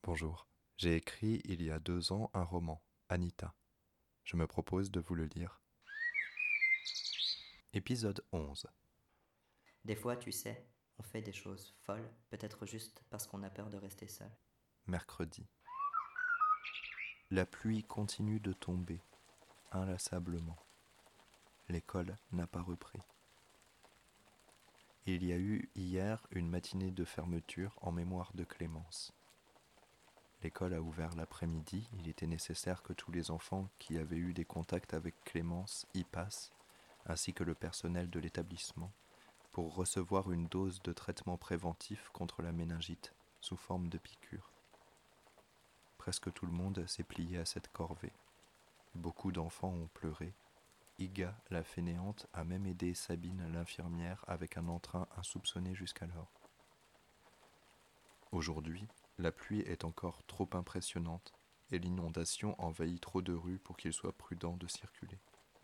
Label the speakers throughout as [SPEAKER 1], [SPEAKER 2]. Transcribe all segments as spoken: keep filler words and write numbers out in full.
[SPEAKER 1] Bonjour, j'ai écrit il y a deux ans un roman, Anita. Je me propose de vous le lire. Épisode onze.
[SPEAKER 2] Des fois, tu sais, on fait des choses folles, peut-être juste parce qu'on a peur de rester seul.
[SPEAKER 1] Mercredi. La pluie continue de tomber, inlassablement. L'école n'a pas repris. Il y a eu hier une matinée de fermeture en mémoire de Clémence. L'école a ouvert l'après-midi, il était nécessaire que tous les enfants qui avaient eu des contacts avec Clémence y passent, ainsi que le personnel de l'établissement, pour recevoir une dose de traitement préventif contre la méningite sous forme de piqûre. Presque tout le monde s'est plié à cette corvée. Beaucoup d'enfants ont pleuré. Iga, la fainéante, a même aidé Sabine, l'infirmière, avec un entrain insoupçonné jusqu'alors. Aujourd'hui, la pluie est encore trop impressionnante et l'inondation envahit trop de rues pour qu'il soit prudent de circuler.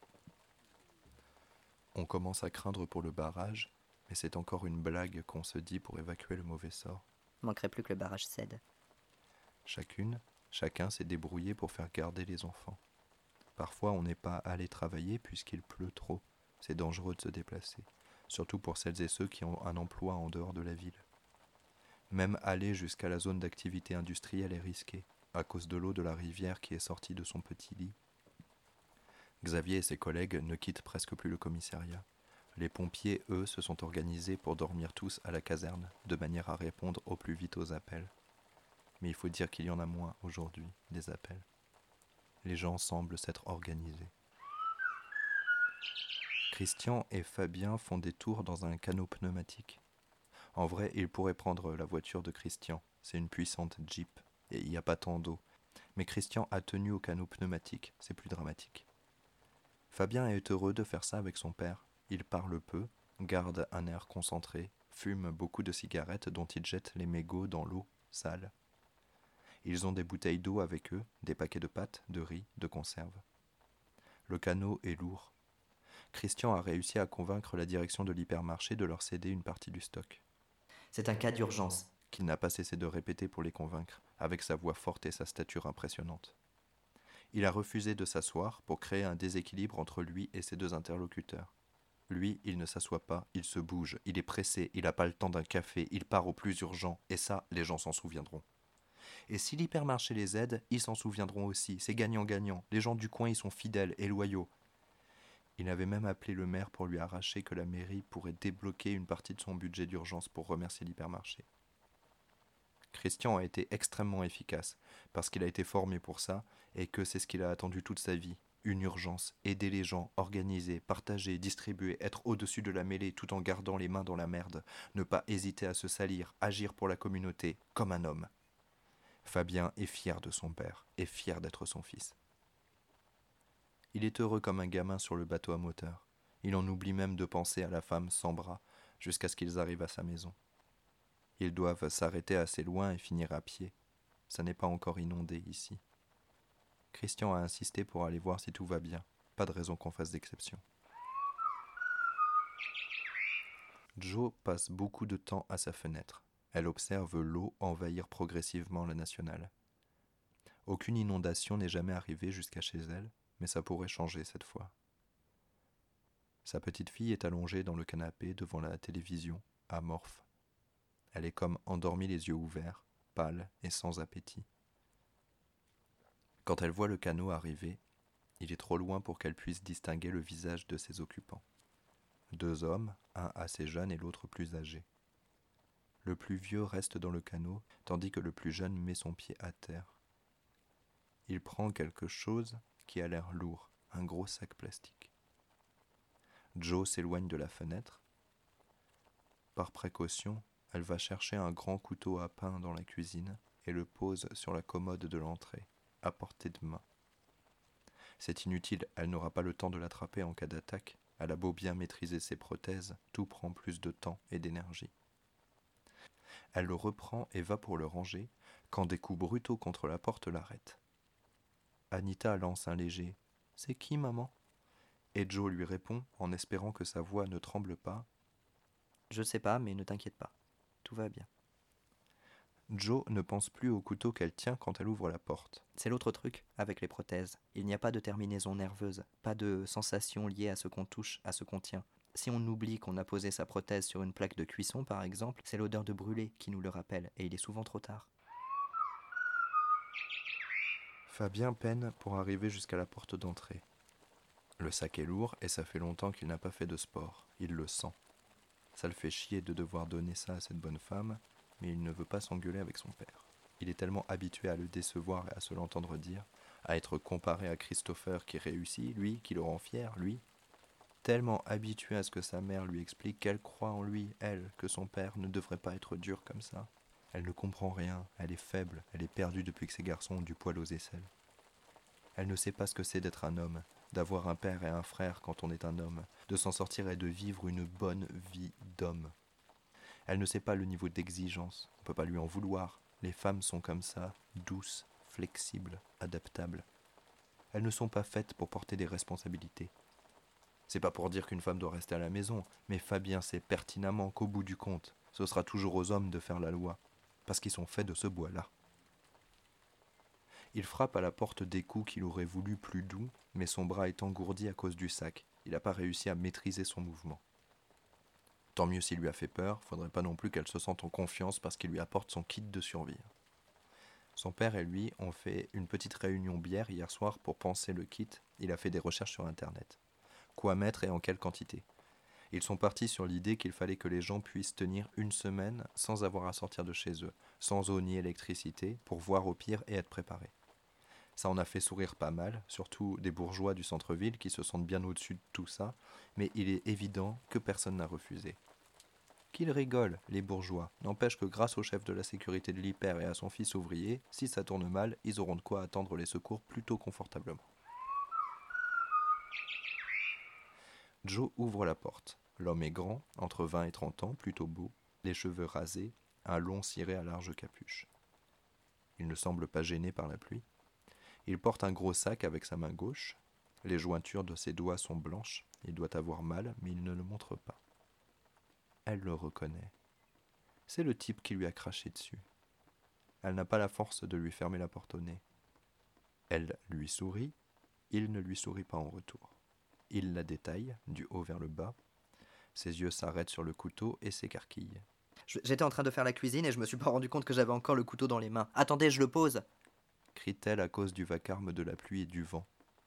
[SPEAKER 1] On commence à craindre pour le barrage, mais c'est encore une blague qu'on se dit pour évacuer le mauvais sort.
[SPEAKER 2] Manquerait plus que le barrage cède.
[SPEAKER 1] Chacune, chacun s'est débrouillé pour faire garder les enfants. Parfois, on n'est pas allé travailler puisqu'il pleut trop. C'est dangereux de se déplacer, surtout pour celles et ceux qui ont un emploi en dehors de la ville. Même aller jusqu'à la zone d'activité industrielle est risqué, à cause de l'eau de la rivière qui est sortie de son petit lit. Xavier et ses collègues ne quittent presque plus le commissariat. Les pompiers, eux, se sont organisés pour dormir tous à la caserne, de manière à répondre au plus vite aux appels. Mais il faut dire qu'il y en a moins aujourd'hui, des appels. Les gens semblent s'être organisés. Christian et Fabien font des tours dans un canot pneumatique. En vrai, ils pourraient prendre la voiture de Christian. C'est une puissante Jeep, et il n'y a pas tant d'eau. Mais Christian a tenu au canot pneumatique, c'est plus dramatique. Fabien est heureux de faire ça avec son père. Il parle peu, garde un air concentré, fume beaucoup de cigarettes dont il jette les mégots dans l'eau sale. Ils ont des bouteilles d'eau avec eux, des paquets de pâtes, de riz, de conserves. Le canot est lourd. Christian a réussi à convaincre la direction de l'hypermarché de leur céder une partie du stock.
[SPEAKER 2] C'est un cas d'urgence.
[SPEAKER 1] Qu'il n'a pas cessé de répéter pour les convaincre, avec sa voix forte et sa stature impressionnante. Il a refusé de s'asseoir pour créer un déséquilibre entre lui et ses deux interlocuteurs. Lui, il ne s'assoit pas, il se bouge, il est pressé, il n'a pas le temps d'un café, il part au plus urgent, et ça, les gens s'en souviendront. Et si l'hypermarché les aide, ils s'en souviendront aussi, c'est gagnant-gagnant, les gens du coin y sont fidèles et loyaux. Il avait même appelé le maire pour lui arracher que la mairie pourrait débloquer une partie de son budget d'urgence pour remercier l'hypermarché. Christian a été extrêmement efficace, parce qu'il a été formé pour ça, et que c'est ce qu'il a attendu toute sa vie. Une urgence, aider les gens, organiser, partager, distribuer, être au-dessus de la mêlée tout en gardant les mains dans la merde, ne pas hésiter à se salir, agir pour la communauté, comme un homme. Fabien est fier de son père, et fier d'être son fils. Il est heureux comme un gamin sur le bateau à moteur. Il en oublie même de penser à la femme sans bras, jusqu'à ce qu'ils arrivent à sa maison. Ils doivent s'arrêter assez loin et finir à pied. Ça n'est pas encore inondé ici. Christian a insisté pour aller voir si tout va bien. Pas de raison qu'on fasse d'exception. Jo passe beaucoup de temps à sa fenêtre. Elle observe l'eau envahir progressivement la nationale. Aucune inondation n'est jamais arrivée jusqu'à chez elle, mais ça pourrait changer cette fois. Sa petite fille est allongée dans le canapé devant la télévision, amorphe. Elle est comme endormie les yeux ouverts, pâle et sans appétit. Quand elle voit le canot arriver, il est trop loin pour qu'elle puisse distinguer le visage de ses occupants. Deux hommes, un assez jeune et l'autre plus âgé. Le plus vieux reste dans le canot, tandis que le plus jeune met son pied à terre. Il prend quelque chose qui a l'air lourd, un gros sac plastique. Jo s'éloigne de la fenêtre. Par précaution, elle va chercher un grand couteau à pain dans la cuisine et le pose sur la commode de l'entrée, à portée de main. C'est inutile, elle n'aura pas le temps de l'attraper en cas d'attaque. Elle a beau bien maîtriser ses prothèses, tout prend plus de temps et d'énergie. Elle le reprend et va pour le ranger, quand des coups brutaux contre la porte l'arrêtent. Anita lance un léger « C'est qui, maman ?» Et Jo lui répond, en espérant que sa voix ne tremble pas.
[SPEAKER 2] Je sais pas, mais ne t'inquiète pas. Tout va bien.
[SPEAKER 1] Joe ne pense plus au couteau qu'elle tient quand elle ouvre la porte.
[SPEAKER 2] C'est l'autre truc avec les prothèses. Il n'y a pas de terminaison nerveuse, pas de sensation liée à ce qu'on touche, à ce qu'on tient. Si on oublie qu'on a posé sa prothèse sur une plaque de cuisson, par exemple, c'est l'odeur de brûlé qui nous le rappelle, et il est souvent trop tard.
[SPEAKER 1] Fabien peine pour arriver jusqu'à la porte d'entrée. Le sac est lourd et ça fait longtemps qu'il n'a pas fait de sport. Il le sent. Ça le fait chier de devoir donner ça à cette bonne femme, mais il ne veut pas s'engueuler avec son père. Il est tellement habitué à le décevoir et à se l'entendre dire, à être comparé à Christopher qui réussit, lui, qui le rend fier, lui. Tellement habitué à ce que sa mère lui explique qu'elle croit en lui, elle, que son père ne devrait pas être dur comme ça. Elle ne comprend rien, elle est faible, elle est perdue depuis que ses garçons ont du poil aux aisselles. Elle ne sait pas ce que c'est d'être un homme, d'avoir un père et un frère quand on est un homme, de s'en sortir et de vivre une bonne vie d'homme. Elle ne sait pas le niveau d'exigence, on ne peut pas lui en vouloir. Les femmes sont comme ça, douces, flexibles, adaptables. Elles ne sont pas faites pour porter des responsabilités. C'est pas pour dire qu'une femme doit rester à la maison, mais Fabien sait pertinemment qu'au bout du compte, ce sera toujours aux hommes de faire la loi, parce qu'ils sont faits de ce bois-là. Il frappe à la porte des coups qu'il aurait voulu plus doux, mais son bras est engourdi à cause du sac. Il n'a pas réussi à maîtriser son mouvement. Tant mieux s'il lui a fait peur, faudrait pas non plus qu'elle se sente en confiance parce qu'il lui apporte son kit de survie. Son père et lui ont fait une petite réunion bière hier soir pour penser le kit. Il a fait des recherches sur internet. Quoi mettre et en quelle quantité. Ils sont partis sur l'idée qu'il fallait que les gens puissent tenir une semaine sans avoir à sortir de chez eux, sans eau ni électricité, pour voir au pire et être préparés. Ça en a fait sourire pas mal, surtout des bourgeois du centre-ville qui se sentent bien au-dessus de tout ça, mais il est évident que personne n'a refusé. Qu'ils rigolent, les bourgeois, n'empêche que grâce au chef de la sécurité de l'Hyper et à son fils ouvrier, si ça tourne mal, ils auront de quoi attendre les secours plutôt confortablement. Joe ouvre la porte. L'homme est grand, entre vingt et trente ans, plutôt beau, les cheveux rasés, un long ciré à large capuche. Il ne semble pas gêné par la pluie. Il porte un gros sac avec sa main gauche. Les jointures de ses doigts sont blanches. Il doit avoir mal, mais il ne le montre pas. Elle le reconnaît. C'est le type qui lui a craché dessus. Elle n'a pas la force de lui fermer la porte au nez. Elle lui sourit. Il ne lui sourit pas en retour. Il la détaille, du haut vers le bas. Ses yeux s'arrêtent sur le couteau et s'écarquillent.
[SPEAKER 2] J'étais en train de faire la cuisine et je me suis pas rendu compte que j'avais encore le couteau dans les mains. Attendez, je le pose.
[SPEAKER 1] Crie-t-elle à cause du vacarme de la pluie et du vent.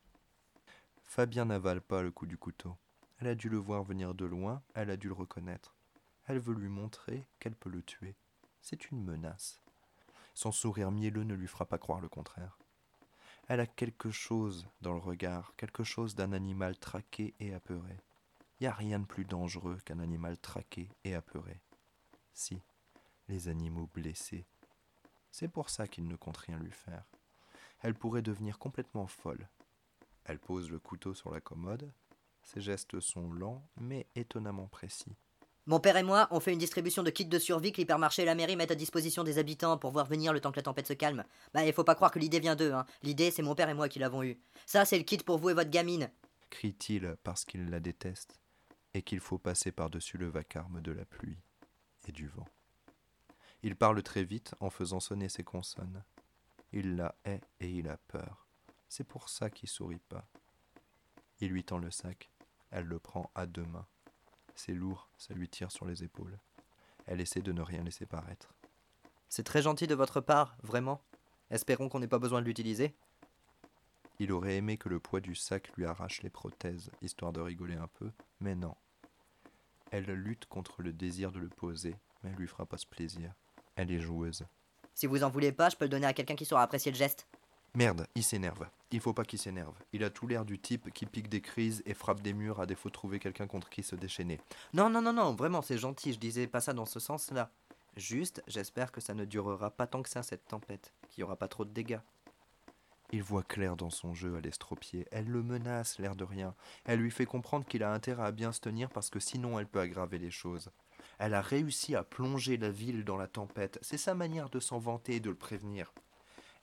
[SPEAKER 1] Fabien n'avale pas le coup du couteau. Elle a dû le voir venir de loin, elle a dû le reconnaître. Elle veut lui montrer qu'elle peut le tuer. C'est une menace. Son sourire mielleux ne lui fera pas croire le contraire. Elle a quelque chose dans le regard, quelque chose d'un animal traqué et apeuré. Il n'y a rien de plus dangereux qu'un animal traqué et apeuré. Si, les animaux blessés. C'est pour ça qu'il ne compte rien lui faire. Elle pourrait devenir complètement folle. Elle pose le couteau sur la commode. Ses gestes sont lents, mais étonnamment précis.
[SPEAKER 3] Mon père et moi, on fait une distribution de kits de survie que l'hypermarché et la mairie mettent à disposition des habitants pour voir venir le temps que la tempête se calme. Bah, il faut pas croire que l'idée vient d'eux, hein. L'idée, c'est mon père et moi qui l'avons eue. Ça, c'est le kit pour vous et votre gamine.
[SPEAKER 1] Crie-t-il parce qu'il la déteste et qu'il faut passer par-dessus le vacarme de la pluie et du vent. Il parle très vite en faisant sonner ses consonnes. Il la hait et il a peur. C'est pour ça qu'il sourit pas. Il lui tend le sac. Elle le prend à deux mains. C'est lourd, ça lui tire sur les épaules. Elle essaie de ne rien laisser paraître.
[SPEAKER 2] C'est très gentil de votre part, vraiment. Espérons qu'on n'ait pas besoin de l'utiliser.
[SPEAKER 1] Il aurait aimé que le poids du sac lui arrache les prothèses, histoire de rigoler un peu, mais non. Elle lutte contre le désir de le poser, mais elle lui fera pas ce plaisir. Elle est joueuse.
[SPEAKER 3] Si vous en voulez pas, je peux le donner à quelqu'un qui saura apprécier le geste.
[SPEAKER 1] Merde, il s'énerve. Il faut pas qu'il s'énerve. Il a tout l'air du type qui pique des crises et frappe des murs à défaut de trouver quelqu'un contre qui se déchaîner.
[SPEAKER 2] Non, non, non, non, vraiment, c'est gentil, je disais pas ça dans ce sens-là. Juste, j'espère que ça ne durera pas tant que ça, cette tempête, qu'il y aura pas trop de dégâts.
[SPEAKER 1] Il voit clair dans son jeu à l'estropié. Elle le menace, l'air de rien. Elle lui fait comprendre qu'il a intérêt à bien se tenir parce que sinon elle peut aggraver les choses. Elle a réussi à plonger la ville dans la tempête. C'est sa manière de s'en vanter et de le prévenir.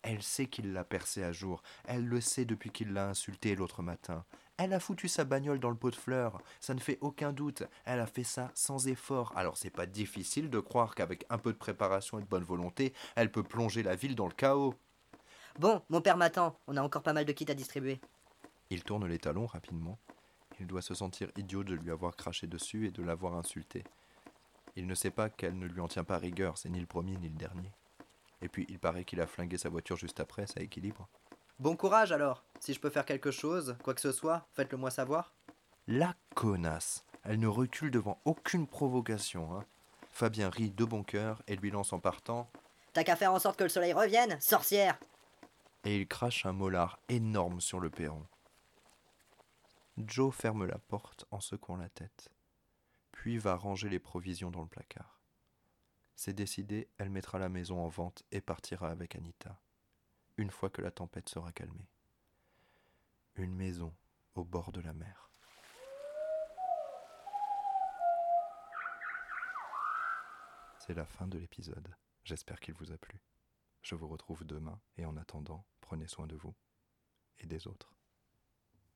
[SPEAKER 1] Elle sait qu'il l'a percé à jour. Elle le sait depuis qu'il l'a insulté l'autre matin. Elle a foutu sa bagnole dans le pot de fleurs. Ça ne fait aucun doute. Elle a fait ça sans effort. Alors c'est pas difficile de croire qu'avec un peu de préparation et de bonne volonté, elle peut plonger la ville dans le chaos.
[SPEAKER 3] Bon, mon père m'attend. On a encore pas mal de kits à distribuer.
[SPEAKER 1] Il tourne les talons rapidement. Il doit se sentir idiot de lui avoir craché dessus et de l'avoir insulté. Il ne sait pas qu'elle ne lui en tient pas rigueur. C'est ni le premier ni le dernier. Et puis, il paraît qu'il a flingué sa voiture juste après, ça équilibre.
[SPEAKER 2] Bon courage alors. Si je peux faire quelque chose, quoi que ce soit, faites-le moi savoir.
[SPEAKER 1] La connasse. Elle ne recule devant aucune provocation. Hein. Fabien rit de bon cœur et lui lance en partant.
[SPEAKER 3] T'as qu'à faire en sorte que le soleil revienne, sorcière!
[SPEAKER 1] Et il crache un molar énorme sur le perron. Joe ferme la porte en secouant la tête, puis va ranger les provisions dans le placard. C'est décidé, elle mettra la maison en vente et partira avec Anita, une fois que la tempête sera calmée. Une maison au bord de la mer. C'est la fin de l'épisode. J'espère qu'il vous a plu. Je vous retrouve demain et en attendant, prenez soin de vous et des autres.